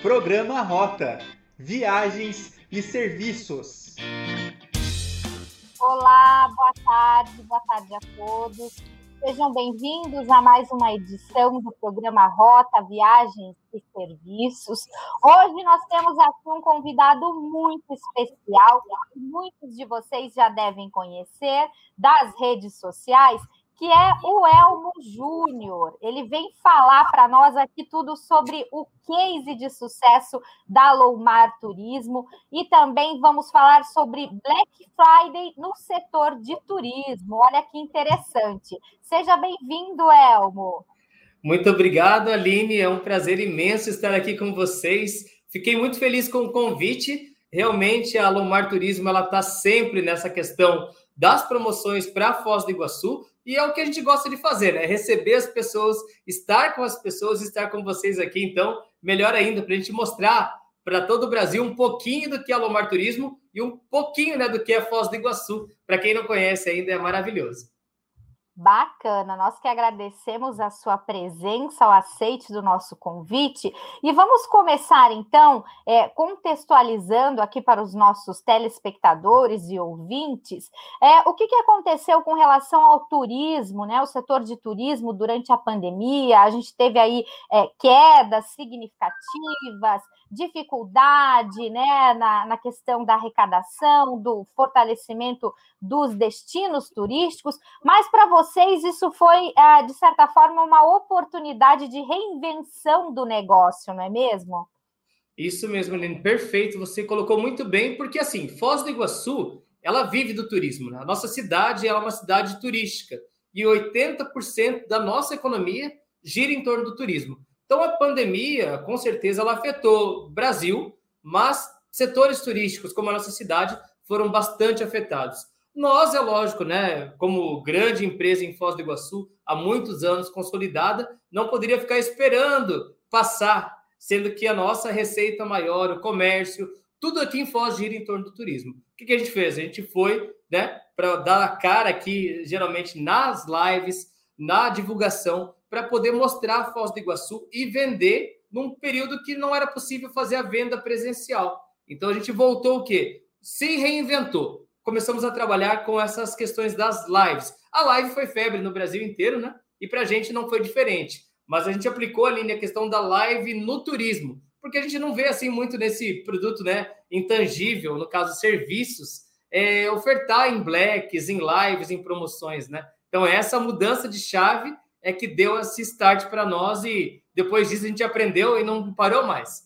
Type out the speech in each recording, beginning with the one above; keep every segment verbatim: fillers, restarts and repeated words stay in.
Programa Rota, Viagens e Serviços. Olá, boa tarde, boa tarde a todos. Sejam bem-vindos a mais uma edição do programa Rota, Viagens e Serviços. Hoje nós temos aqui um convidado muito especial, que muitos de vocês já devem conhecer das redes sociais, que é o Elmo Júnior. Ele vem falar para nós aqui tudo sobre o case de sucesso da Lomar Turismo e também vamos falar sobre Black Friday no setor de turismo. Olha que interessante. Seja bem-vindo, Elmo. Muito obrigado, Aline. É um prazer imenso estar aqui com vocês. Fiquei muito feliz com o convite. Realmente, a Lomar Turismo ela está sempre nessa questão das promoções para Foz do Iguaçu. E é o que a gente gosta de fazer, né? Receber as pessoas, estar com as pessoas, estar com vocês aqui. Então, melhor ainda, para a gente mostrar para todo o Brasil um pouquinho do que é a Lomar Turismo e um pouquinho, né, do que é Foz do Iguaçu. Para quem não conhece ainda, é maravilhoso. Bacana, nós que agradecemos a sua presença, o aceite do nosso convite, e vamos começar então é, contextualizando aqui para os nossos telespectadores e ouvintes é, o que, que aconteceu com relação ao turismo, né? O setor de turismo durante a pandemia. A gente teve aí é, quedas significativas, dificuldade, né, na, na questão da arrecadação, do fortalecimento dos destinos turísticos, mas para vocês isso foi, de certa forma, uma oportunidade de reinvenção do negócio, não é mesmo? Isso mesmo, Aline, perfeito, você colocou muito bem, porque assim, Foz do Iguaçu, ela vive do turismo, né? A nossa cidade ela é uma cidade turística, e oitenta por cento da nossa economia gira em torno do turismo. Então, a pandemia, com certeza, ela afetou o Brasil, mas setores turísticos, como a nossa cidade, foram bastante afetados. Nós, é lógico, né, como grande empresa em Foz do Iguaçu, há muitos anos consolidada, não poderia ficar esperando passar, sendo que a nossa receita maior, o comércio, tudo aqui em Foz gira em torno do turismo. O que, que a gente fez? A gente foi, né, para dar a cara aqui, geralmente nas lives, na divulgação, para poder mostrar a Foz do Iguaçu e vender num período que não era possível fazer a venda presencial. Então, a gente voltou o quê? Se reinventou. Começamos a trabalhar com essas questões das lives. A live foi febre no Brasil inteiro, né? E para a gente não foi diferente. Mas a gente aplicou ali a questão da live no turismo, porque a gente não vê assim muito nesse produto, né, intangível, no caso serviços, é, ofertar em blacks, em lives, em promoções, né? Então essa mudança de chave é que deu esse start para nós e depois disso a gente aprendeu e não parou mais.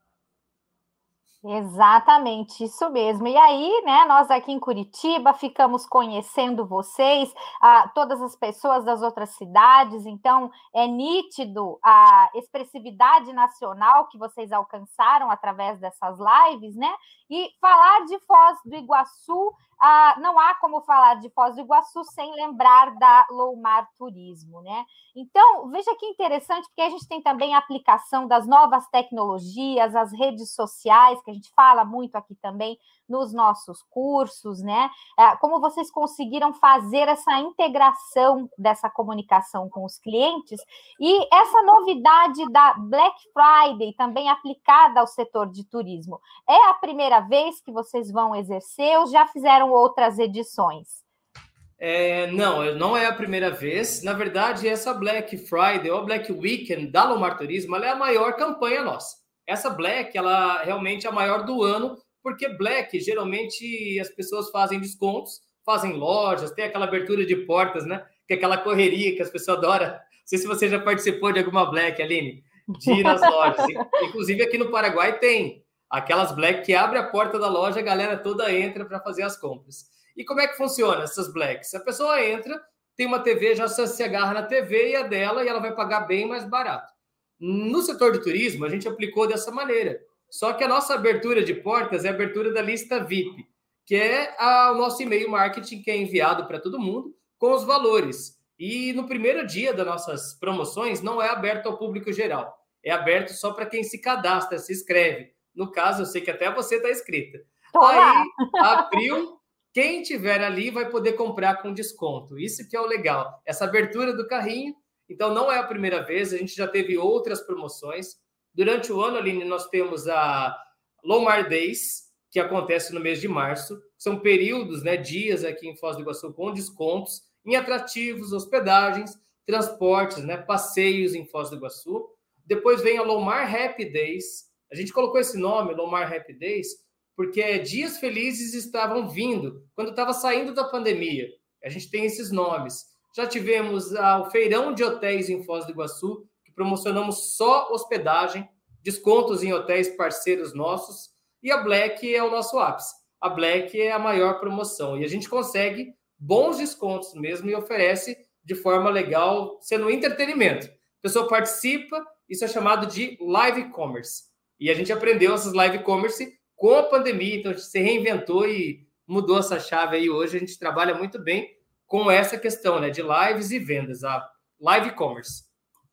Exatamente, isso mesmo. E aí, né, nós aqui em Curitiba ficamos conhecendo vocês, ah, todas as pessoas das outras cidades, então é nítido a expressividade nacional que vocês alcançaram através dessas lives, né? E falar de Foz do Iguaçu, ah, não há como falar de Foz do Iguaçu sem lembrar da Lomar Turismo, né? Então, veja que interessante, porque a gente tem também a aplicação das novas tecnologias, as redes sociais, que a gente fala muito aqui também nos nossos cursos, né? Como vocês conseguiram fazer essa integração dessa comunicação com os clientes e essa novidade da Black Friday também aplicada ao setor de turismo. É a primeira vez que vocês vão exercer ou já fizeram outras edições? É, não, não é a primeira vez. Na verdade, essa Black Friday ou Black Weekend da Lomar Turismo, ela é a maior campanha nossa. Essa Black, ela realmente é a maior do ano, porque Black, geralmente, as pessoas fazem descontos, fazem lojas, tem aquela abertura de portas, né? Que é aquela correria que as pessoas adoram. Não sei se você já participou de alguma Black, Aline, de ir nas lojas. Inclusive, aqui no Paraguai tem aquelas Black que abre a porta da loja, a galera toda entra para fazer as compras. E como é que funciona essas Blacks? A pessoa entra, tem uma T V, já se agarra na T V e a dela, e ela vai pagar bem mais barato. No setor de turismo, a gente aplicou dessa maneira. Só que a nossa abertura de portas é a abertura da lista V I P, que é a, o nosso e-mail marketing que é enviado para todo mundo com os valores. E no primeiro dia das nossas promoções não é aberto ao público geral. É aberto só para quem se cadastra, se inscreve. No caso, eu sei que até você está inscrita. Aí, abril, quem tiver ali vai poder comprar com desconto. Isso que é o legal. Essa abertura do carrinho. Então, não é a primeira vez. A gente já teve outras promoções. Durante o ano, Aline, nós temos a Lomar Days, que acontece no mês de março. São períodos, né, dias aqui em Foz do Iguaçu com descontos em atrativos, hospedagens, transportes, né, passeios em Foz do Iguaçu. Depois vem a Lomar Happy Days. A gente colocou esse nome, Lomar Happy Days, porque dias felizes estavam vindo quando estava saindo da pandemia. A gente tem esses nomes. Já tivemos ah, o Feirão de Hotéis em Foz do Iguaçu, que promocionamos só hospedagem, descontos em hotéis parceiros nossos, e a Black é o nosso ápice. A Black é a maior promoção, e a gente consegue bons descontos mesmo e oferece de forma legal, sendo entretenimento. A pessoa participa, isso é chamado de live commerce. E a gente aprendeu essas live commerce com a pandemia, então a gente se reinventou e mudou essa chave aí. Hoje a gente trabalha muito bem com essa questão, né, de lives e vendas, a live commerce.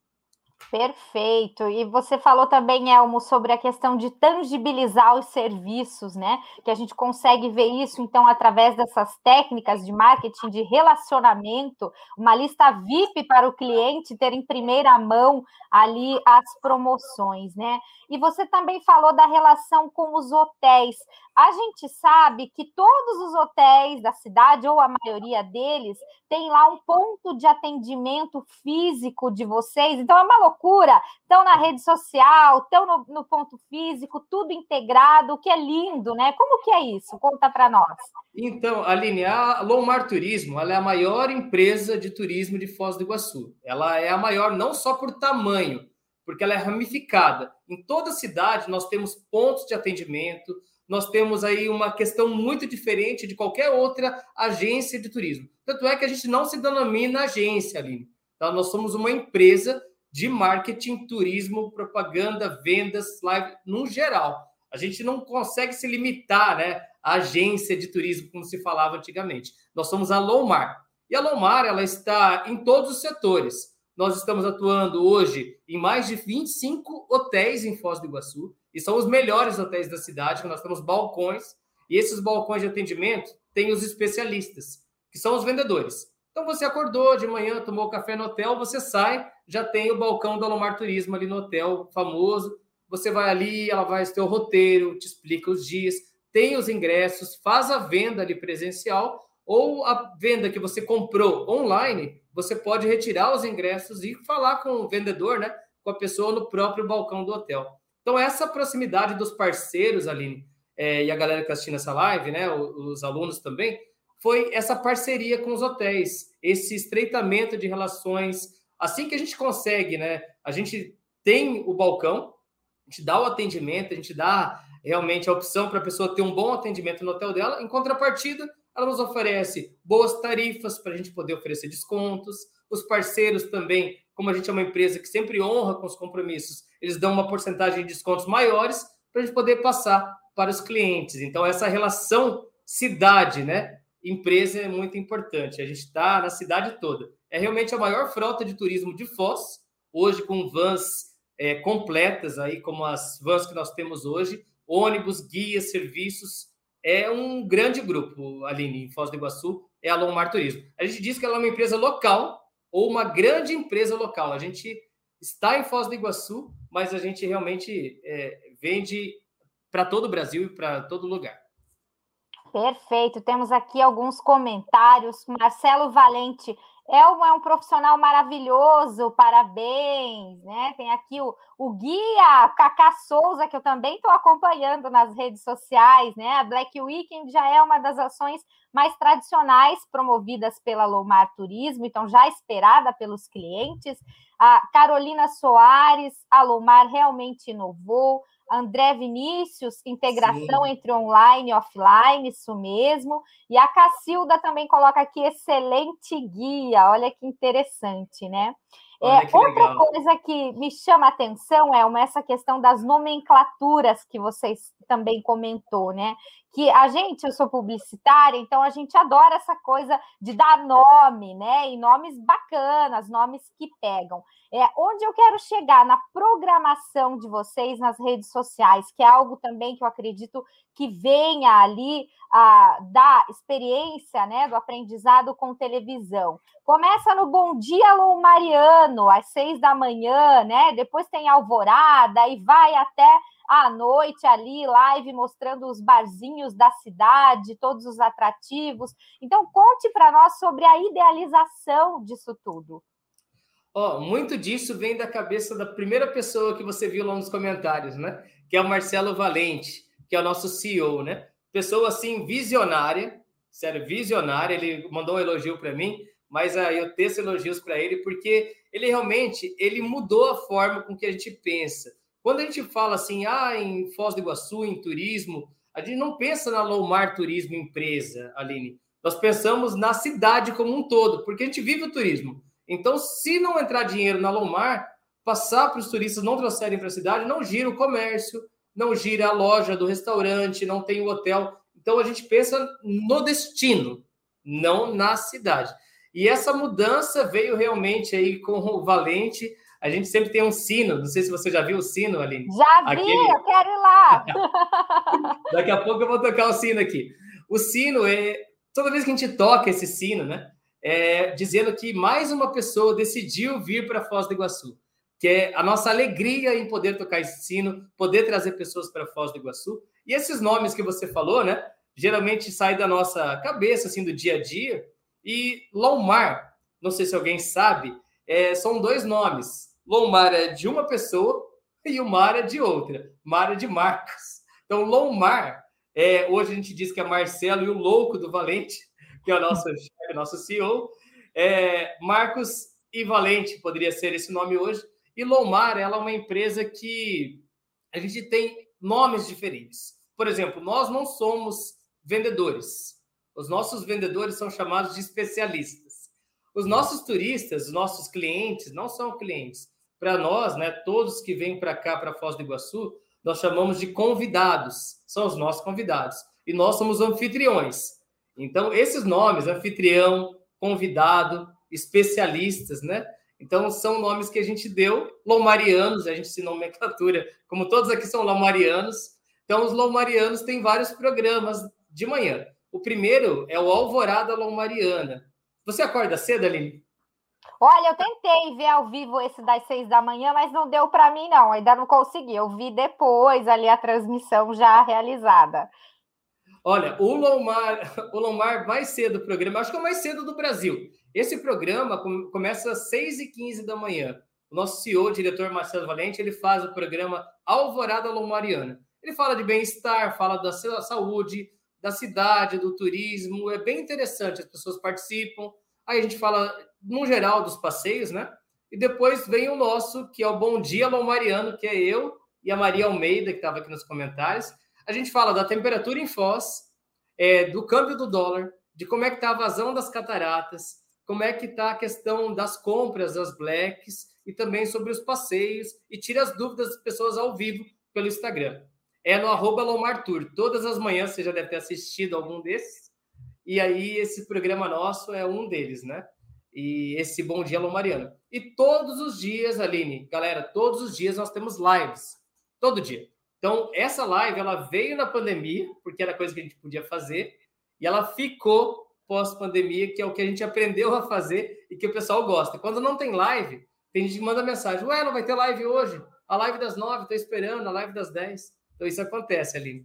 Perfeito. E você falou também, Elmo, sobre a questão de tangibilizar os serviços, né? Que a gente consegue ver isso, então, através dessas técnicas de marketing, de relacionamento, uma lista V I P para o cliente ter em primeira mão ali as promoções, né? E você também falou da relação com os hotéis. A gente sabe que todos os hotéis da cidade, ou a maioria deles, tem lá um ponto de atendimento físico de vocês, então é uma loucura, estão na rede social, estão no, no ponto físico, tudo integrado, o que é lindo, né? Como que é isso? Conta para nós. Então, Aline, a Lomar Turismo, ela é a maior empresa de turismo de Foz do Iguaçu. Ela é a maior não só por tamanho, porque ela é ramificada. Em toda a cidade nós temos pontos de atendimento, nós temos aí uma questão muito diferente de qualquer outra agência de turismo. Tanto é que a gente não se denomina agência, Aline. Então, nós somos uma empresa de marketing, turismo, propaganda, vendas, live, no geral. A gente não consegue se limitar, né, à agência de turismo, como se falava antigamente. Nós somos a Lomar. E a Lomar, ela está em todos os setores. Nós estamos atuando hoje em mais de vinte e cinco hotéis em Foz do Iguaçu, e são os melhores hotéis da cidade, que nós temos balcões, e esses balcões de atendimento têm os especialistas, que são os vendedores. Então, você acordou de manhã, tomou café no hotel, você sai, já tem o balcão da Lomar Turismo ali no hotel famoso, você vai ali, ela vai ter o roteiro, te explica os dias, tem os ingressos, faz a venda ali presencial, ou a venda que você comprou online, você pode retirar os ingressos e falar com o vendedor, né, com a pessoa no próprio balcão do hotel. Então, essa proximidade dos parceiros, Aline, é, e a galera que está assistindo essa live, né, os, os alunos também, foi essa parceria com os hotéis, esse estreitamento de relações. Assim que a gente consegue, né, a gente tem o balcão, a gente dá o atendimento, a gente dá realmente a opção para a pessoa ter um bom atendimento no hotel dela. Em contrapartida, ela nos oferece boas tarifas para a gente poder oferecer descontos. Os parceiros também, como a gente é uma empresa que sempre honra com os compromissos, eles dão uma porcentagem de descontos maiores para a gente poder passar para os clientes. Então, essa relação cidade, né, empresa é muito importante. A gente está na cidade toda. É realmente a maior frota de turismo de Foz, hoje com vans é, completas, aí, como as vans que nós temos hoje, ônibus, guias, serviços. É um grande grupo, Aline, em Foz do Iguaçu, é a Lomar Turismo. A gente diz que ela é uma empresa local ou uma grande empresa local. A gente está em Foz do Iguaçu, mas a gente realmente é, vende para todo o Brasil e para todo lugar. Perfeito. Temos aqui alguns comentários. Marcelo Valente, Elmo é um profissional maravilhoso, parabéns, né? Tem aqui o, o guia Cacá Souza, que eu também estou acompanhando nas redes sociais, né? A Black Weekend já é uma das ações mais tradicionais promovidas pela Lomar Turismo, então já esperada pelos clientes. A Carolina Soares, a Lomar realmente inovou. André Vinícius, integração Sim. entre online e offline, isso mesmo. E a Cacilda também coloca aqui, excelente guia, olha que interessante, né? Olha é, que outra legal. coisa que me chama a atenção é uma, essa questão das nomenclaturas que vocês também comentou, né? Que a gente, eu sou publicitária, então a gente adora essa coisa de dar nome, né? E nomes bacanas, nomes que pegam. É, onde eu quero chegar na programação de vocês nas redes sociais, que é algo também que eu acredito que venha ali a, da experiência, né, do aprendizado com televisão. Começa no Bom Dia Alô Mariano, às seis da manhã, né? Depois tem Alvorada e vai até à noite ali, live mostrando os barzinhos da cidade, todos os atrativos. Então, conte para nós sobre a idealização disso tudo. Oh, muito disso vem da cabeça da primeira pessoa que você viu lá nos comentários, né? Que é o Marcelo Valente, que é o nosso C E O, né? Pessoa, assim, visionária, sério, visionária. Ele mandou um elogio para mim, mas aí eu teço elogios para ele, porque ele realmente ele mudou a forma com que a gente pensa. Quando a gente fala assim, ah, em Foz do Iguaçu, em turismo, a gente não pensa na Lowmar Turismo Empresa, Aline. Nós pensamos na cidade como um todo, porque a gente vive o turismo. Então, se não entrar dinheiro na Lowmar, passar para os turistas não trouxerem para a cidade, não gira o comércio, não gira a loja do restaurante, não tem o hotel. Então, a gente pensa no destino, não na cidade. E essa mudança veio realmente aí com o Valente. A gente sempre tem um sino, não sei se você já viu o sino, Aline. Já vi, Aquele... eu quero ir lá. Daqui a pouco eu vou tocar o sino aqui. O sino é... Toda vez que a gente toca esse sino, né? É, dizendo que mais uma pessoa decidiu vir para Foz do Iguaçu, que é a nossa alegria em poder tocar esse sino, poder trazer pessoas para Foz do Iguaçu. E esses nomes que você falou, né? Geralmente saem da nossa cabeça, assim, do dia a dia. E Lowmar, não sei se alguém sabe, é, são dois nomes. Lowmar é de uma pessoa e o Mar é de outra. Mar é de Marcos. Então, Lowmar, é, hoje a gente diz que é Marcelo e o louco do Valente, que é o nosso, é o nosso C E O. É, Marcos e Valente poderia ser esse nome hoje. E Lowmar, ela é uma empresa que a gente tem nomes diferentes. Por exemplo, nós não somos vendedores. Os nossos vendedores são chamados de especialistas. Os nossos turistas, os nossos clientes, não são clientes. Para nós, né, todos que vêm para cá, para Foz do Iguaçu, nós chamamos de convidados. São os nossos convidados. E nós somos anfitriões. Então, esses nomes, anfitrião, convidado, especialistas, né? Então, são nomes que a gente deu, lowmarianos, a gente se nomenclatura, como todos aqui são lowmarianos. Então, os lowmarianos têm vários programas de manhã. O primeiro é o Alvorada Lowmariana. Você acorda cedo, Aline? Olha, eu tentei ver ao vivo esse das seis da manhã, mas não deu para mim, não. Ainda não consegui. Eu vi depois ali a transmissão já realizada. Olha, o Lowmar, o Lowmar mais cedo do programa, acho que é o mais cedo do Brasil. Esse programa começa às seis e quinze da manhã. O nosso C E O, o diretor Marcelo Valente, ele faz o programa Alvorada Lowmariana. Ele fala de bem-estar, fala da saúde, da cidade, do turismo. É bem interessante, as pessoas participam. Aí a gente fala, no geral, dos passeios, né? E depois vem o nosso, que é o Bom Dia Lowmariano, que é eu e a Maria Almeida, que estava aqui nos comentários. A gente fala da temperatura em Foz, é, do câmbio do dólar, de como é que está a vazão das cataratas, como é que está a questão das compras, das blacks, e também sobre os passeios, e tira as dúvidas das pessoas ao vivo pelo Instagram. É no arroba Lowmar Tour. Todas as manhãs você já deve ter assistido algum desses, e aí esse programa nosso é um deles, né? E esse Bom Dia Lowmariano. E todos os dias, Aline, galera, todos os dias nós temos lives. Todo dia. Então, essa live, ela veio na pandemia, porque era coisa que a gente podia fazer, e ela ficou pós-pandemia, que é o que a gente aprendeu a fazer e que o pessoal gosta. Quando não tem live, tem gente que manda mensagem, ué, não vai ter live hoje? A live das nove, estou esperando, a live das dez. Então, isso acontece, Aline.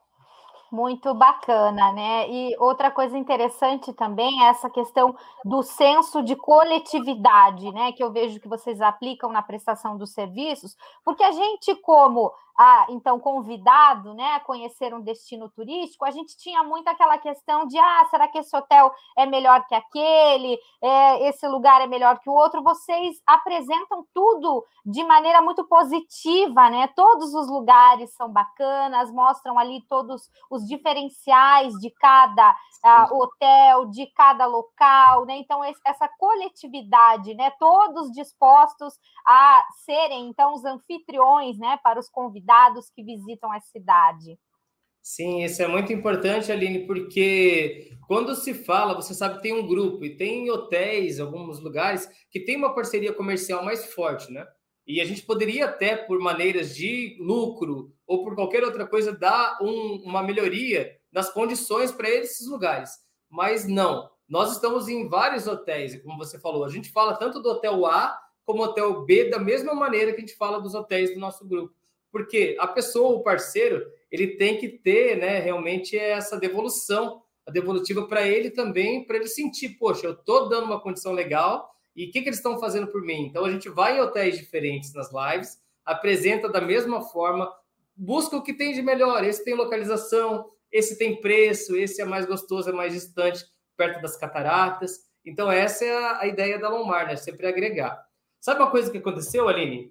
Muito bacana, né? E outra coisa interessante também é essa questão do senso de coletividade, né? Que eu vejo que vocês aplicam na prestação dos serviços, porque a gente, como ah, então convidado, né, a conhecer um destino turístico, a gente tinha muito aquela questão de ah, será que esse hotel é melhor que aquele? É, esse lugar é melhor que o outro? Vocês apresentam tudo de maneira muito positiva, né? Todos os lugares são bacanas, mostram ali todos os diferenciais de cada uh, hotel, de cada local, né? Então, esse, essa coletividade, né? Todos dispostos a serem, então, os anfitriões, né? Para os convidados que visitam a cidade. Sim, isso é muito importante, Aline, porque quando se fala, você sabe que tem um grupo e tem hotéis, alguns lugares, que tem uma parceria comercial mais forte, né? E a gente poderia até, por maneiras de lucro ou por qualquer outra coisa, dar um, uma melhoria nas condições para esses lugares. Mas não, nós estamos em vários hotéis, e como você falou, a gente fala tanto do hotel A como hotel B da mesma maneira que a gente fala dos hotéis do nosso grupo. Porque a pessoa, o parceiro, ele tem que ter, né, realmente essa devolução, a devolutiva para ele também, para ele sentir, poxa, eu estou dando uma condição legal e o que, que eles estão fazendo por mim? Então, a gente vai em hotéis diferentes nas lives, apresenta da mesma forma, busca o que tem de melhor. Esse tem localização, esse tem preço, esse é mais gostoso, é mais distante, perto das cataratas. Então, essa é a, a ideia da Lomar, né? Sempre agregar. Sabe uma coisa que aconteceu, Aline?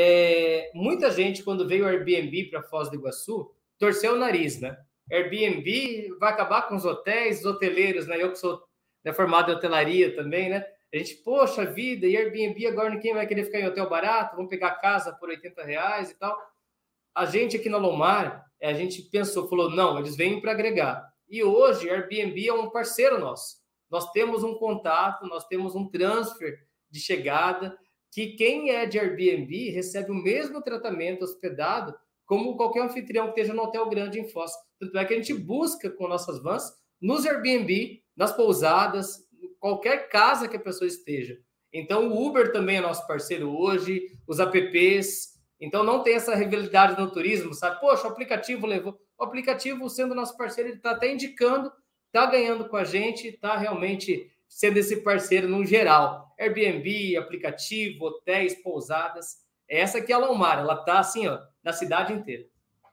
É, muita gente, quando veio o Airbnb para Foz do Iguaçu, torceu o nariz, né? Airbnb vai acabar com os hotéis, os hoteleiros, né? Eu que sou, né, formado em hotelaria também, né? A gente, poxa vida, e Airbnb agora ninguém vai querer ficar em hotel barato, vamos pegar casa por oitenta reais e tal. A gente aqui na Lomar, a gente pensou, falou, não, eles vêm para agregar. E hoje, Airbnb é um parceiro nosso. Nós temos um contato, nós temos um transfer de chegada, que quem é de Airbnb recebe o mesmo tratamento hospedado como qualquer anfitrião que esteja no hotel grande em Foz. Tanto é que a gente busca com nossas vans nos Airbnb, nas pousadas, qualquer casa que a pessoa esteja. Então, o Uber também é nosso parceiro hoje, os apps. Então, não tem essa rivalidade no turismo, sabe? Poxa, o aplicativo levou... O aplicativo, sendo nosso parceiro, ele está até indicando, está ganhando com a gente, está realmente sendo esse parceiro no geral. Airbnb, aplicativo, hotéis, pousadas. Essa aqui é a Lomar, ela está assim, ó, na cidade inteira.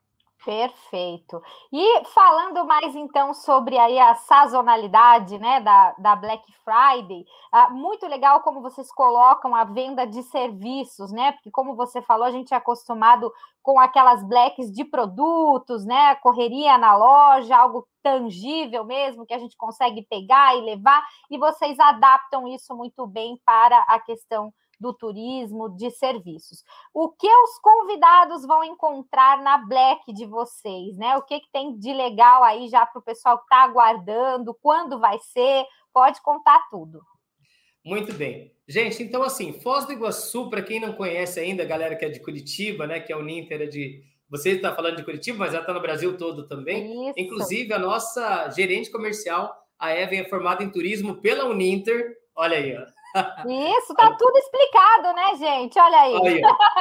Perfeito. E falando mais então sobre aí a sazonalidade, né, da, da Black Friday, ah, muito legal como vocês colocam a venda de serviços, né? Porque como você falou, a gente é acostumado com aquelas blacks de produtos, né? Correria na loja, algo tangível mesmo, que a gente consegue pegar e levar, e vocês adaptam isso muito bem para a questão do turismo, de serviços. O que os convidados vão encontrar na Black de vocês, né? O que, que tem de legal aí já para o pessoal que está aguardando, quando vai ser? Pode contar tudo. Muito bem. Gente, então assim, Foz do Iguaçu, para quem não conhece ainda, a galera que é de Curitiba, né, que é o Ninter, é de... Você está falando de Curitiba, mas ela está no Brasil todo também. Isso. Inclusive, a nossa gerente comercial, a Evan, é formada em turismo pela Uninter. Olha aí, ó. Isso, tá tudo explicado, né, gente? Olha aí. Olha aí.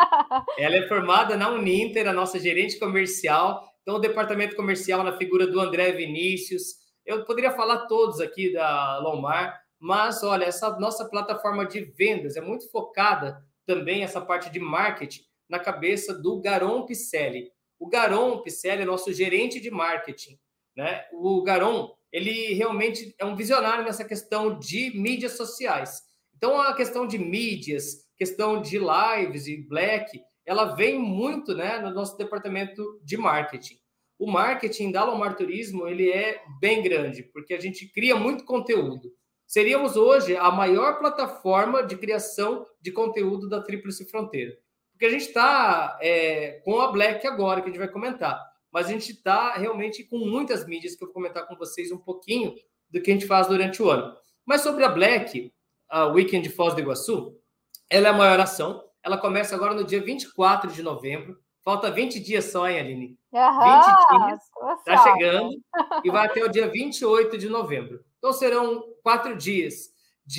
Ela é formada na Uninter, a nossa gerente comercial. Então, o departamento comercial na figura do André Vinícius. Eu poderia falar todos aqui da Lomar, mas, olha, essa nossa plataforma de vendas é muito focada também, essa parte de marketing, na cabeça do Garon Picelli. O Garon Picelli é nosso gerente de marketing, né? O Garon, ele realmente é um visionário nessa questão de mídias sociais. Então, a questão de mídias, questão de lives e Black, ela vem muito, né, no nosso departamento de marketing. O marketing da Lomar Turismo, ele é bem grande, porque a gente cria muito conteúdo. Seríamos hoje a maior plataforma de criação de conteúdo da Tríplice Fronteira. Porque a gente está é, com a Black agora, que a gente vai comentar. Mas a gente está realmente com muitas mídias, que eu vou comentar com vocês um pouquinho do que a gente faz durante o ano. Mas sobre a Black, a Weekend de Foz do Iguaçu, ela é a maior ação. Ela começa agora no dia vinte e quatro de novembro. Falta vinte dias só, hein, Aline? Uhum, vinte dias, está chegando. E vai até o dia vinte e oito de novembro. Então, serão quatro dias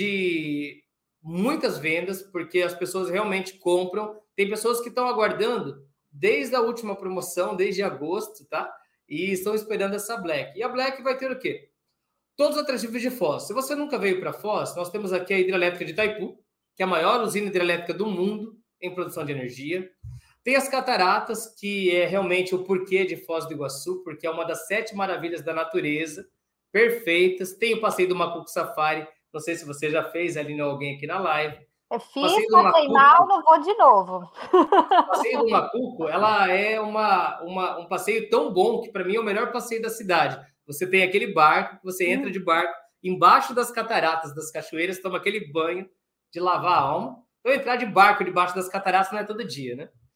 de muitas vendas, porque as pessoas realmente compram. Tem pessoas que estão aguardando desde a última promoção, desde agosto, tá? E estão esperando essa Black. E a Black vai ter o quê? Todos os atrativos de Foz. Se você nunca veio para Foz, nós temos aqui a hidrelétrica de Itaipu, que é a maior usina hidrelétrica do mundo em produção de energia. Tem as cataratas, que é realmente o porquê de Foz do Iguaçu, porque é uma das sete maravilhas da natureza, perfeitas. Tem o passeio do Macuco Safari, não sei se você já fez ali, não, alguém aqui na live. Eu fiz, passei mal, não vou de novo. O passeio do Macuco, ela é uma, uma, um passeio tão bom que, para mim, é o melhor passeio da cidade. Você tem aquele barco, você entra de barco embaixo das cataratas, das cachoeiras, toma aquele banho de lavar a alma. Então, entrar de barco debaixo das cataratas não é todo dia, né?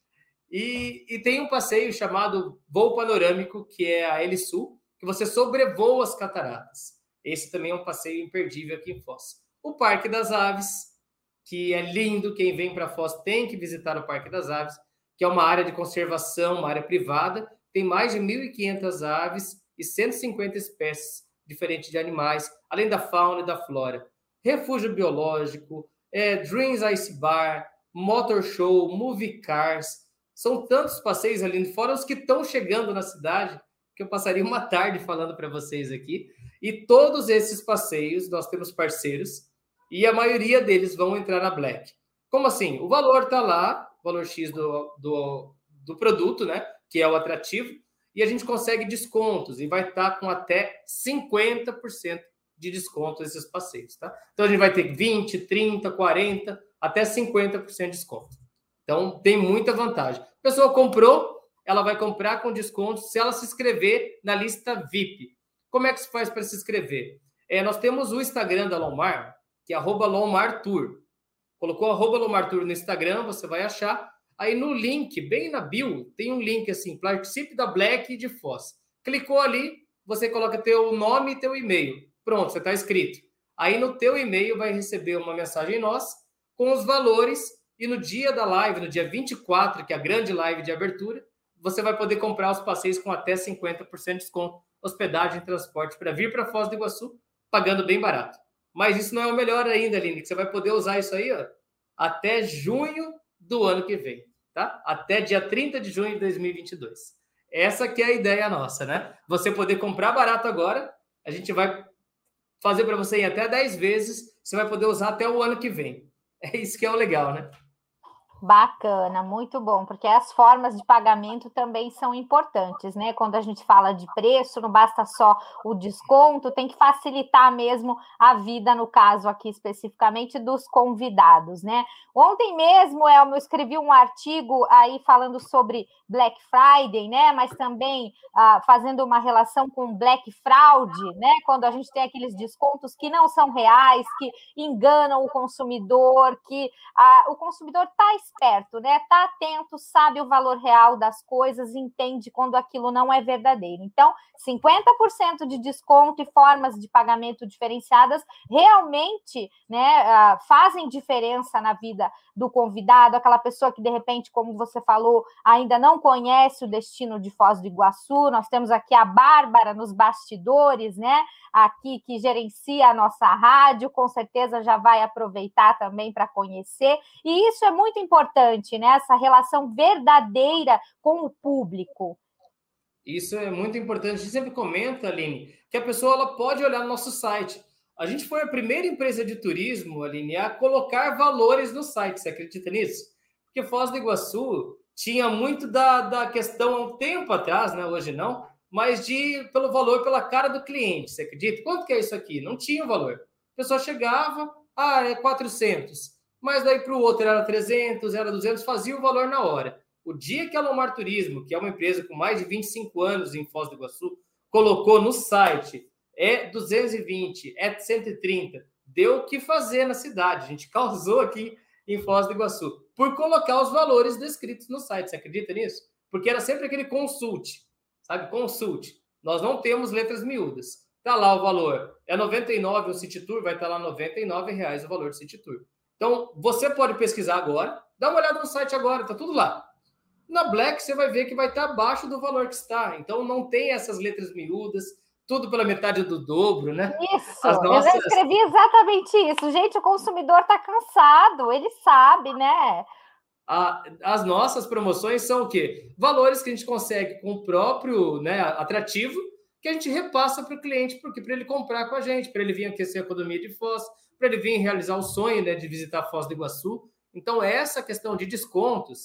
E, e tem um passeio chamado Voo Panorâmico, que é a Helisul, que você sobrevoa as cataratas. Esse também é um passeio imperdível aqui em Foz. O Parque das Aves, que é lindo, quem vem para Foz tem que visitar o Parque das Aves, que é uma área de conservação, uma área privada, tem mais de mil e quinhentas aves e cento e cinquenta espécies diferentes de animais, além da fauna e da flora. Refúgio biológico, é, Dreams Ice Bar, Motor Show, Movie Cars, são tantos passeios ali, fora os que estão chegando na cidade, que eu passaria uma tarde falando para vocês aqui. E todos esses passeios, nós temos parceiros, e a maioria deles vão entrar na Black. Como assim? O valor está lá, o valor X do, do, do produto, né? Que é o atrativo, e a gente consegue descontos, e vai estar tá com até cinquenta por cento de desconto esses passeios, tá? Então a gente vai ter vinte, trinta, quarenta, até cinquenta por cento de desconto. Então tem muita vantagem. A pessoa comprou, ela vai comprar com desconto se ela se inscrever na lista V I P. Como é que se faz para se inscrever? É, nós temos o Instagram da Lomar, que é arroba Lomar Tour. Colocou arroba Lomar Tour no Instagram, você vai achar. Aí no link, bem na bio, tem um link assim, participe da Black de Foz. Clicou ali, você coloca teu nome e teu e-mail. Pronto, você está inscrito. Aí no teu e-mail vai receber uma mensagem nossa com os valores, e no dia da live, no dia vinte e quatro, que é a grande live de abertura, você vai poder comprar os passeios com até cinquenta por cento de desconto, hospedagem e transporte para vir para Foz do Iguaçu, pagando bem barato. Mas isso não é o melhor ainda, Aline, que você vai poder usar isso aí, ó, até junho do ano que vem, tá? Até dia trinta de junho de dois mil e vinte e dois. Essa que é a ideia nossa, né? Você poder comprar barato agora, a gente vai fazer para você em até dez vezes, você vai poder usar até o ano que vem. É isso que é o legal, né? Bacana, muito bom, porque as formas de pagamento também são importantes, né? Quando a gente fala de preço, não basta só o desconto, tem que facilitar mesmo a vida, no caso aqui especificamente dos convidados, né? Ontem mesmo, Elmo, eu escrevi um artigo aí falando sobre Black Friday, né? Mas também ah, fazendo uma relação com Black Fraud, né? Quando a gente tem aqueles descontos que não são reais, que enganam o consumidor, que ah, o consumidor está esperto, né? Tá atento, sabe o valor real das coisas, entende quando aquilo não é verdadeiro. Então, cinquenta por cento de desconto e formas de pagamento diferenciadas realmente, né, fazem diferença na vida do convidado, aquela pessoa que, de repente, como você falou, ainda não conhece o destino de Foz do Iguaçu. Nós temos aqui a Bárbara nos bastidores, né? Aqui que gerencia a nossa rádio, com certeza já vai aproveitar também para conhecer. E isso é muito importante, né? Essa relação verdadeira com o público. Isso é muito importante. A gente sempre comenta, Aline, que a pessoa ela pode olhar no nosso site. A gente foi a primeira empresa de turismo, Aline, a colocar valores no site. Você acredita nisso? Porque Foz do Iguaçu tinha muito da, da questão há um tempo atrás, né? Hoje não, mas de, pelo valor, pela cara do cliente. Você acredita? Quanto que é isso aqui? Não tinha valor. A pessoa chegava, ah, é quatrocentos. Mas daí para o outro era trezentos, era duzentos, fazia o valor na hora. O dia que a Lomar Turismo, que é uma empresa com mais de vinte e cinco anos em Foz do Iguaçu, colocou no site, é duzentos e vinte, é cento e trinta, deu o que fazer na cidade. A gente causou aqui em Foz do Iguaçu, por colocar os valores descritos no site. Você acredita nisso? Porque era sempre aquele consulte, sabe? Consulte. Nós não temos letras miúdas. Está lá o valor. É noventa e nove o City Tour, vai estar lá noventa e nove reais o valor do City Tour. Então, você pode pesquisar agora, dá uma olhada no site agora, tá tudo lá. Na Black, você vai ver que vai estar abaixo do valor que está. Então, não tem essas letras miúdas, tudo pela metade do dobro, né? Isso, nossas... eu escrevi exatamente isso. Gente, o consumidor está cansado, ele sabe, né? A, as nossas promoções são o quê? Valores que a gente consegue com o próprio, né, atrativo, que a gente repassa para o cliente, porque para ele comprar com a gente, para ele vir aquecer a economia de Foz, para ele vir realizar o sonho, né, de visitar Foz do Iguaçu. Então, essa questão de descontos,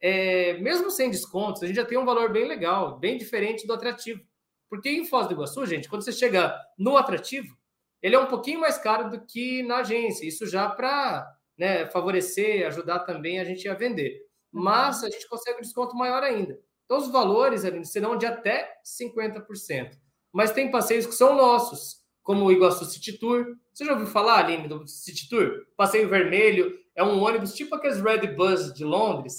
é, mesmo sem descontos, a gente já tem um valor bem legal, bem diferente do atrativo. Porque em Foz do Iguaçu, gente, quando você chega no atrativo, ele é um pouquinho mais caro do que na agência. Isso já para, né, favorecer, ajudar também a gente a vender. Mas a gente consegue um desconto maior ainda. Então, os valores ali serão de até cinquenta por cento. Mas tem passeios que são nossos, como o Iguaçu City Tour. Você já ouviu falar, Aline, do City Tour? Passeio vermelho é um ônibus tipo aqueles Red Bus de Londres,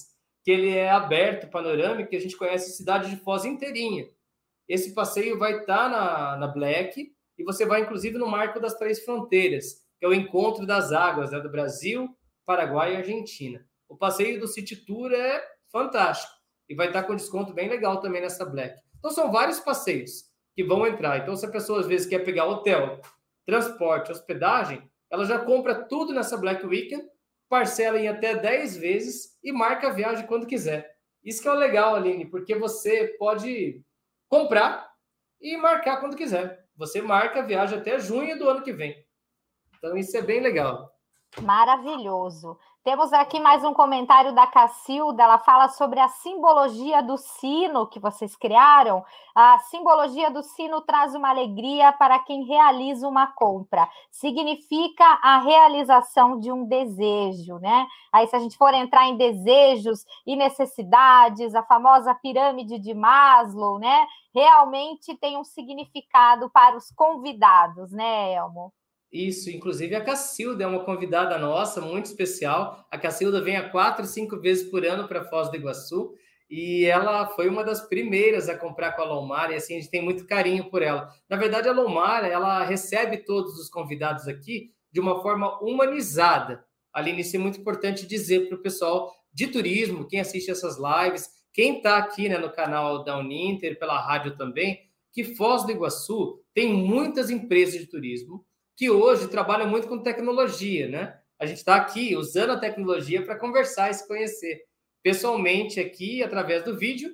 que ele é aberto, panorâmico, que a gente conhece a cidade de Foz inteirinha. Esse passeio vai estar na, na Black e você vai, inclusive, no Marco das Três Fronteiras, que é o encontro das águas, né, do Brasil, Paraguai e Argentina. O passeio do City Tour é fantástico e vai estar com desconto bem legal também nessa Black. Então, são vários passeios que vão entrar. Então, se a pessoa, às vezes, quer pegar hotel, transporte, hospedagem, ela já compra tudo nessa Black Weekend, parcela em até dez vezes e marca a viagem quando quiser. Isso que é o legal, Aline, porque você pode comprar e marcar quando quiser. Você marca a viagem até junho do ano que vem. Então, isso é bem legal. Maravilhoso. Temos aqui mais um comentário da Cacilda. Ela fala sobre a simbologia do sino que vocês criaram. A simbologia do sino traz uma alegria para quem realiza uma compra. Significa a realização de um desejo, né? Aí, se a gente for entrar em desejos e necessidades, a famosa pirâmide de Maslow, né? Realmente tem um significado para os convidados, né, Elmo? Isso, inclusive a Cacilda é uma convidada nossa, muito especial. A Cacilda vem há quatro, cinco vezes por ano para Foz do Iguaçu e ela foi uma das primeiras a comprar com a Lomar e assim a gente tem muito carinho por ela. Na verdade, a Lomar, ela recebe todos os convidados aqui de uma forma humanizada. Aline, isso é muito importante dizer para o pessoal de turismo, quem assiste essas lives, quem está aqui, né, no canal da Uninter, pela rádio também, que Foz do Iguaçu tem muitas empresas de turismo que hoje trabalham muito com tecnologia, né? A gente está aqui usando a tecnologia para conversar e se conhecer pessoalmente aqui, através do vídeo.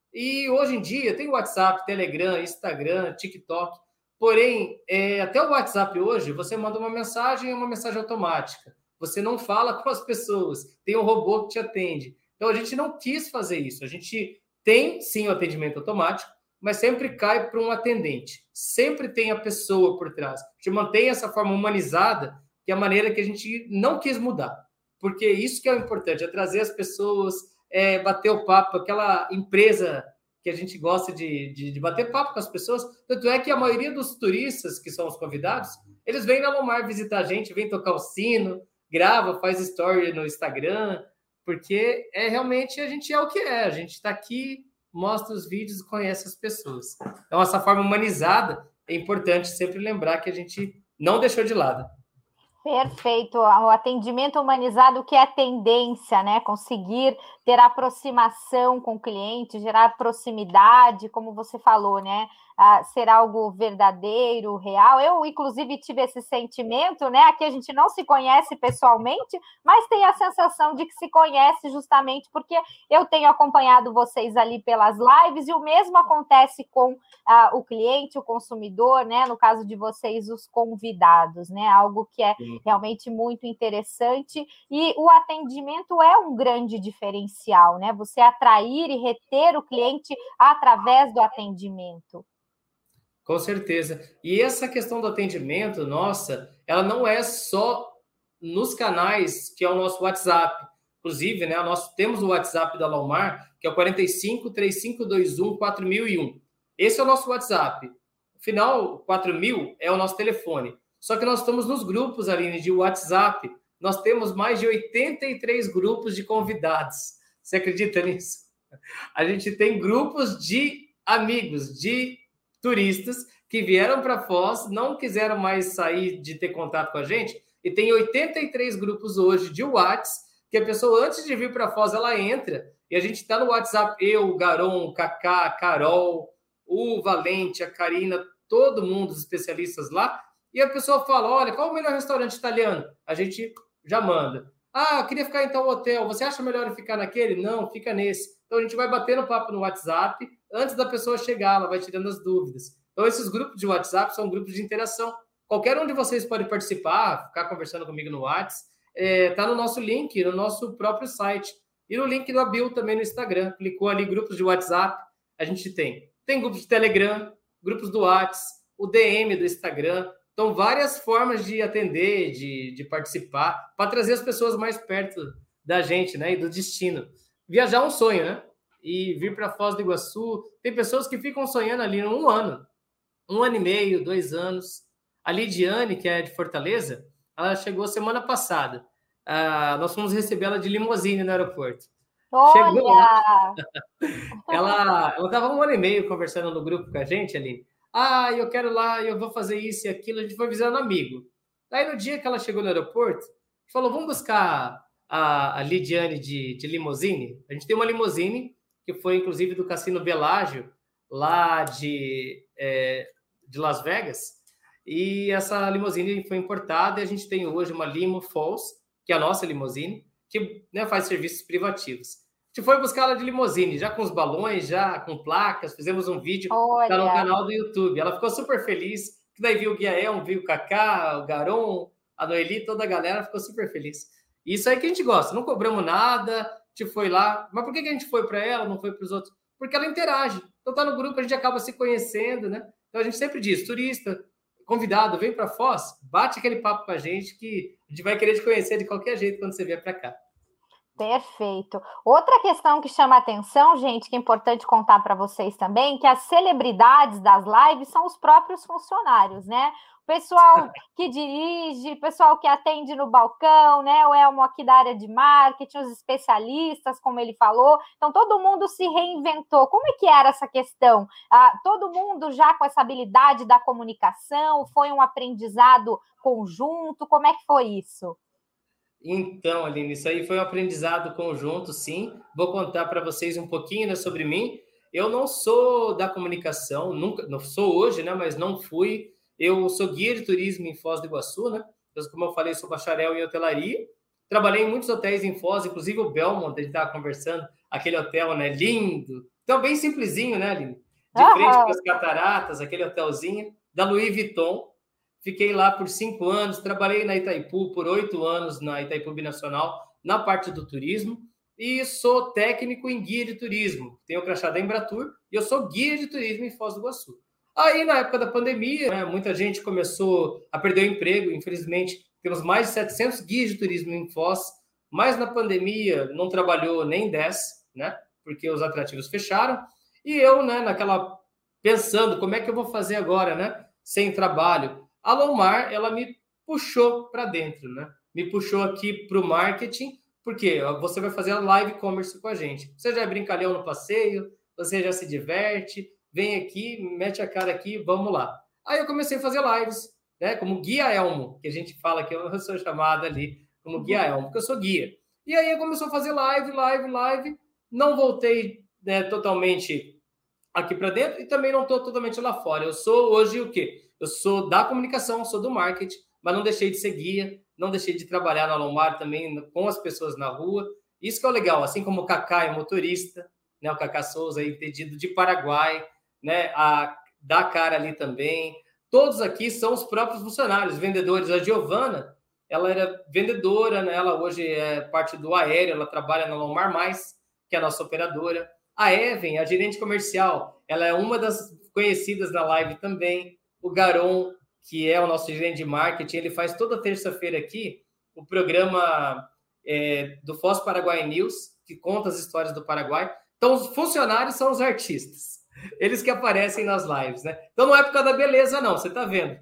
E hoje em dia tem WhatsApp, Telegram, Instagram, TikTok. Porém, é, até o WhatsApp hoje, você manda uma mensagem, é uma mensagem automática. Você não fala com as pessoas, tem um robô que te atende. Então, a gente não quis fazer isso. A gente tem, sim, o atendimento automático, mas sempre cai para um atendente. Sempre tem a pessoa por trás. A gente mantém essa forma humanizada, que é a maneira que a gente não quis mudar. Porque isso que é o importante, é trazer as pessoas, é, bater o papo, aquela empresa que a gente gosta de, de, de bater papo com as pessoas. Tanto é que a maioria dos turistas, que são os convidados, eles vêm na Lomar visitar a gente, vêm tocar o sino, grava, faz story no Instagram, porque é realmente a gente é o que é. A gente está aqui, mostra os vídeos e conhece as pessoas. Então, essa forma humanizada é importante sempre lembrar que a gente não deixou de lado. Perfeito. O atendimento humanizado que é tendência, né? Conseguir ter aproximação com o cliente, gerar proximidade, como você falou, né? Ah, ser algo verdadeiro, real. Eu, inclusive, tive esse sentimento, né? Aqui a gente não se conhece pessoalmente, mas tem a sensação de que se conhece justamente porque eu tenho acompanhado vocês ali pelas lives e o mesmo acontece com ah, o cliente, o consumidor, né? No caso de vocês, os convidados, né? Algo que é realmente muito interessante e o atendimento é um grande diferencial, né? Você atrair e reter o cliente através do atendimento. Com certeza. E essa questão do atendimento, nossa, ela não é só nos canais que é o nosso WhatsApp. Inclusive, né, nós temos o WhatsApp da Lomar, que é o quarenta e cinco, trinta e cinco, vinte e um, quatro mil e um. Esse é o nosso WhatsApp. Afinal, quatro mil é o nosso telefone. Só que nós estamos nos grupos, Aline, de WhatsApp. Nós temos mais de oitenta e três grupos de convidados. Você acredita nisso? A gente tem grupos de amigos, de turistas que vieram para Foz, não quiseram mais sair de ter contato com a gente, e tem oitenta e três grupos hoje de WhatsApp, que a pessoa, antes de vir para Foz, ela entra, e a gente está no WhatsApp, eu, o Garon, o Cacá, a Carol, o Valente, a Karina, todo mundo, os especialistas lá, e a pessoa fala, olha, qual o melhor restaurante italiano? A gente já manda. Ah, eu queria ficar em tal hotel, você acha melhor ficar naquele? Não, fica nesse. Então a gente vai batendo papo no WhatsApp, antes da pessoa chegar, ela vai tirando as dúvidas. Então, esses grupos de WhatsApp são grupos de interação. Qualquer um de vocês pode participar, ficar conversando comigo no WhatsApp. Está é, no nosso link, no nosso próprio site. E no link do Abil também no Instagram. Clicou ali, grupos de WhatsApp, a gente tem. Tem grupos de Telegram, grupos do WhatsApp, o D M do Instagram. Então, várias formas de atender, de, de participar, para trazer as pessoas mais perto da gente, né? E do destino. Viajar é um sonho, né? E vir para Foz do Iguaçu. Tem pessoas que ficam sonhando ali um ano, um ano e meio, dois anos. A Lidiane, que é de Fortaleza, ela chegou semana passada. Ah, nós fomos receber ela de limusine no aeroporto. Chegou lá. Olha! Ela ela estava um ano e meio conversando no grupo com a gente, Aline. Ah, eu quero lá, eu vou fazer isso e aquilo. A gente foi visando amigo. Aí, no dia que ela chegou no aeroporto, falou, vamos buscar a, a Lidiane de, de limousine. A gente tem uma limousine, que foi, inclusive, do Cassino Bellagio, lá de, é, de Las Vegas. E essa limousine foi importada e a gente tem hoje uma Limo Falls, que é a nossa limousine, que, né, faz serviços privativos. A gente foi buscar ela de limousine, já com os balões, já com placas, fizemos um vídeo, tá no canal do YouTube. Ela ficou super feliz, que daí viu o Guiael, viu o Kaká, o Garon, a Noeli, toda a galera ficou super feliz. Isso aí que a gente gosta, não cobramos nada, a gente foi lá. Mas por que a gente foi para ela, não foi para os outros? Porque ela interage. Então tá no grupo, a gente acaba se conhecendo, né? Então a gente sempre diz, turista, convidado, vem para Foz, bate aquele papo com a gente que a gente vai querer te conhecer de qualquer jeito quando você vier para cá. Perfeito. Outra questão que chama atenção, gente, que é importante contar para vocês também, que as celebridades das lives são os próprios funcionários, né? O pessoal que dirige, o pessoal que atende no balcão, né? O Elmo aqui da área de marketing, os especialistas, como ele falou. Então, todo mundo se reinventou. Como é que era essa questão? Ah, todo mundo já com essa habilidade da comunicação? Foi um aprendizado conjunto? Como é que foi isso? Então, Aline, isso aí foi um aprendizado conjunto, sim. Vou contar para vocês um pouquinho, né, sobre mim. Eu não sou da comunicação, nunca, não sou hoje, né, mas não fui. Eu sou guia de turismo em Foz do Iguaçu, né? Eu, como eu falei, sou bacharel em hotelaria. Trabalhei em muitos hotéis em Foz, inclusive o Belmont, a gente estava conversando, aquele hotel, né, lindo. Então, bem simplesinho, né, Aline? De Aham. frente para as cataratas, aquele hotelzinho da Louis Vuitton. Fiquei lá por cinco anos, trabalhei na Itaipu por oito anos, na Itaipu Binacional, na parte do turismo, e sou técnico em guia de turismo. Tenho o crachá da Embratur e eu sou guia de turismo em Foz do Iguaçu. Aí, na época da pandemia, né, muita gente começou a perder o emprego, infelizmente, temos mais de setecentos guias de turismo em Foz, mas na pandemia não trabalhou nem dez, né, porque os atrativos fecharam, e eu, né, naquela, pensando, como é que eu vou fazer agora, né, sem trabalho? A Lomar, ela me puxou para dentro, né? Me puxou aqui para o marketing, porque você vai fazer a live commerce com a gente. Você já é brincalhão no passeio, você já se diverte, vem aqui, mete a cara aqui, vamos lá. Aí eu comecei a fazer lives, né? Como Guia Elmo, que a gente fala que eu sou chamado ali como Guia Elmo, porque eu sou guia. E aí eu comecei a fazer live, live, live. Não voltei, né, totalmente aqui para dentro e também não estou totalmente lá fora. Eu sou hoje o quê? Eu sou da comunicação, sou do marketing, mas não deixei de ser guia, não deixei de trabalhar na Lomar também com as pessoas na rua. Isso que é o legal, assim como o Kaká é motorista, né? O Kaká Souza, entendido de Paraguai, né? A da cara ali também. Todos aqui são os próprios funcionários, vendedores. A Giovana, ela era vendedora, né? Ela hoje é parte do aéreo, ela trabalha na Lomar Mais, que é a nossa operadora. A Evan, a gerente comercial, ela é uma das conhecidas na live também. O Garon, que é o nosso gerente de marketing, ele faz toda terça-feira aqui o programa é, do Foz Paraguai News, que conta as histórias do Paraguai. Então, os funcionários são os artistas. Eles que aparecem nas lives, né? Então, não é por causa da beleza, não. Você tá vendo?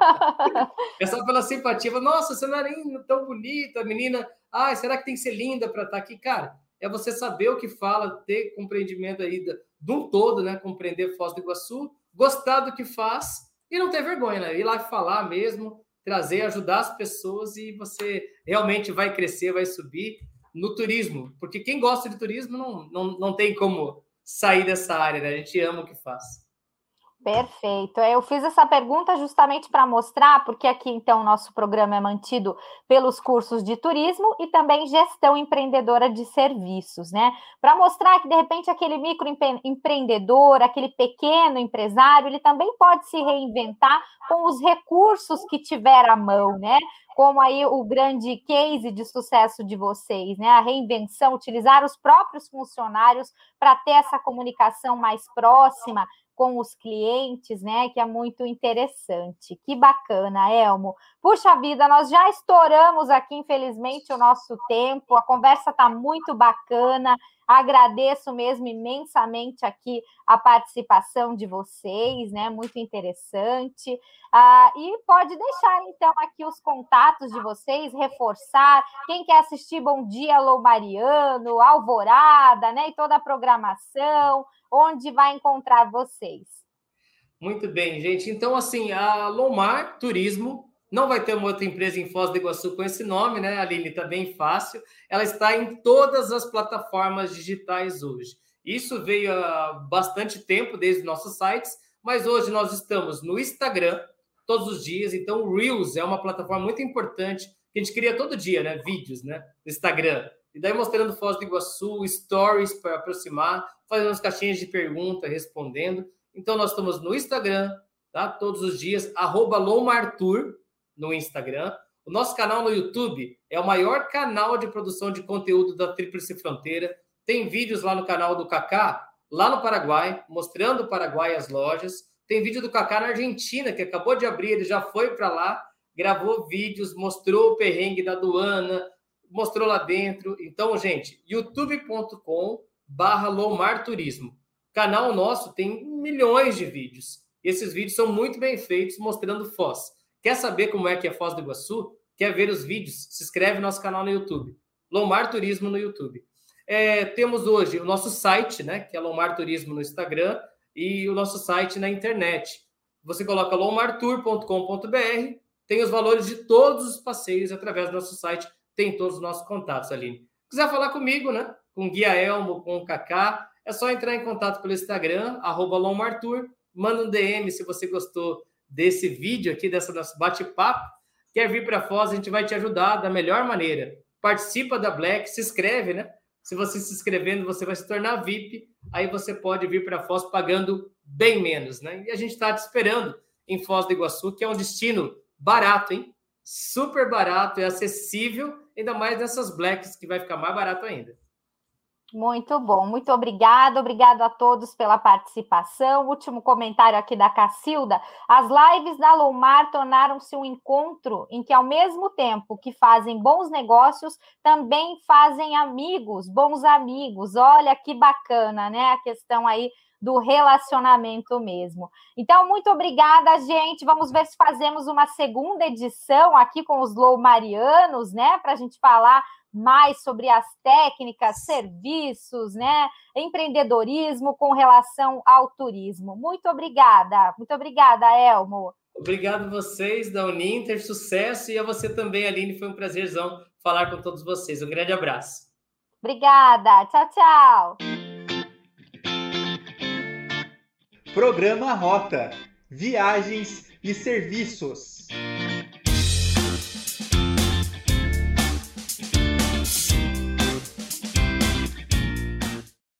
É só pela simpatia. Nossa, você não é nem tão bonita, menina. Ah, será que tem que ser linda para estar aqui? Cara, é você saber o que fala, ter compreendimento aí de um todo, né? Compreender Foz do Iguaçu, gostar do que faz e não ter vergonha, né? Ir lá falar mesmo, trazer, ajudar as pessoas e você realmente vai crescer, vai subir no turismo. Porque quem gosta de turismo não, não, não tem como sair dessa área, né? A gente ama o que faz. Perfeito. Eu fiz essa pergunta justamente para mostrar, porque aqui, então, o nosso programa é mantido pelos cursos de turismo e também gestão empreendedora de serviços, né? Para mostrar que, de repente, aquele microempreendedor, aquele pequeno empresário, ele também pode se reinventar com os recursos que tiver à mão, né? Como aí o grande case de sucesso de vocês, né? A reinvenção, utilizar os próprios funcionários para ter essa comunicação mais próxima com os clientes, né, que é muito interessante. Que bacana, Elmo. Puxa vida, nós já estouramos aqui, infelizmente, o nosso tempo, a conversa está muito bacana, Agradeço mesmo imensamente aqui a participação de vocês, né? Muito interessante. Ah, e pode deixar, então, aqui os contatos de vocês, reforçar. Quem quer assistir Bom Dia Alô Mariano, Alvorada, né? E toda a programação, onde vai encontrar vocês? Muito bem, gente. Então, assim, a Lomar Turismo, não vai ter uma outra empresa em Foz do Iguaçu com esse nome, né, Aline? Está bem fácil. Ela está em todas as plataformas digitais hoje. Isso veio há bastante tempo, desde os nossos sites, mas hoje nós estamos no Instagram, todos os dias. Então, o Reels é uma plataforma muito importante, que a gente cria todo dia, né? Vídeos, né? No Instagram. E daí mostrando Foz do Iguaçu, stories para aproximar, fazendo as caixinhas de pergunta, respondendo. Então, nós estamos no Instagram, tá? Todos os dias, arroba Lomartour no Instagram. O nosso canal no YouTube é o maior canal de produção de conteúdo da Tríplice Fronteira. Tem vídeos lá no canal do Kaká, lá no Paraguai, mostrando o Paraguai e as lojas. Tem vídeo do Kaká na Argentina, que acabou de abrir, ele já foi para lá, gravou vídeos, mostrou o perrengue da aduana, mostrou lá dentro. Então, gente, youtube ponto com barra Lomar Turismo. Canal nosso tem milhões de vídeos. E esses vídeos são muito bem feitos, mostrando Foz. Quer saber como é que é Foz do Iguaçu? Quer ver os vídeos? Se inscreve no nosso canal no YouTube. Lomar Turismo no YouTube. É, temos hoje o nosso site, né, que é Lomar Turismo no Instagram, e o nosso site na internet. Você coloca lomartour ponto com ponto b r, tem os valores de todos os passeios através do nosso site, tem todos os nossos contatos, Aline. Se quiser falar comigo, né, com o Guia Elmo, com o Kaká, é só entrar em contato pelo Instagram, arroba Lomartour, manda um D M se você gostou desse vídeo aqui, dessa nosso bate-papo. Quer vir para Foz, a gente vai te ajudar da melhor maneira. Participa da Black, se inscreve, né? Se você se inscrevendo, você vai se tornar V I P, aí você pode vir para Foz pagando bem menos, né? E a gente está te esperando em Foz do Iguaçu, que é um destino barato, hein? Super barato, é acessível, ainda mais nessas Blacks, que vai ficar mais barato ainda. Muito bom, muito obrigada, obrigado a todos pela participação. Último comentário aqui da Cacilda: as lives da Lomar tornaram-se um encontro em que, ao mesmo tempo que fazem bons negócios, também fazem amigos, bons amigos. Olha que bacana, né? A questão aí do relacionamento mesmo. Então, muito obrigada, gente. Vamos ver se fazemos uma segunda edição aqui com os lomarianos, né? Para a gente falar mais sobre as técnicas, serviços, né? Empreendedorismo com relação ao turismo. Muito obrigada. Muito obrigada, Elmo. Obrigado a vocês da Uninter, sucesso, e a você também, Aline. Foi um prazerzão falar com todos vocês. Um grande abraço. Obrigada. Tchau, tchau. Programa Rota, Viagens e Serviços.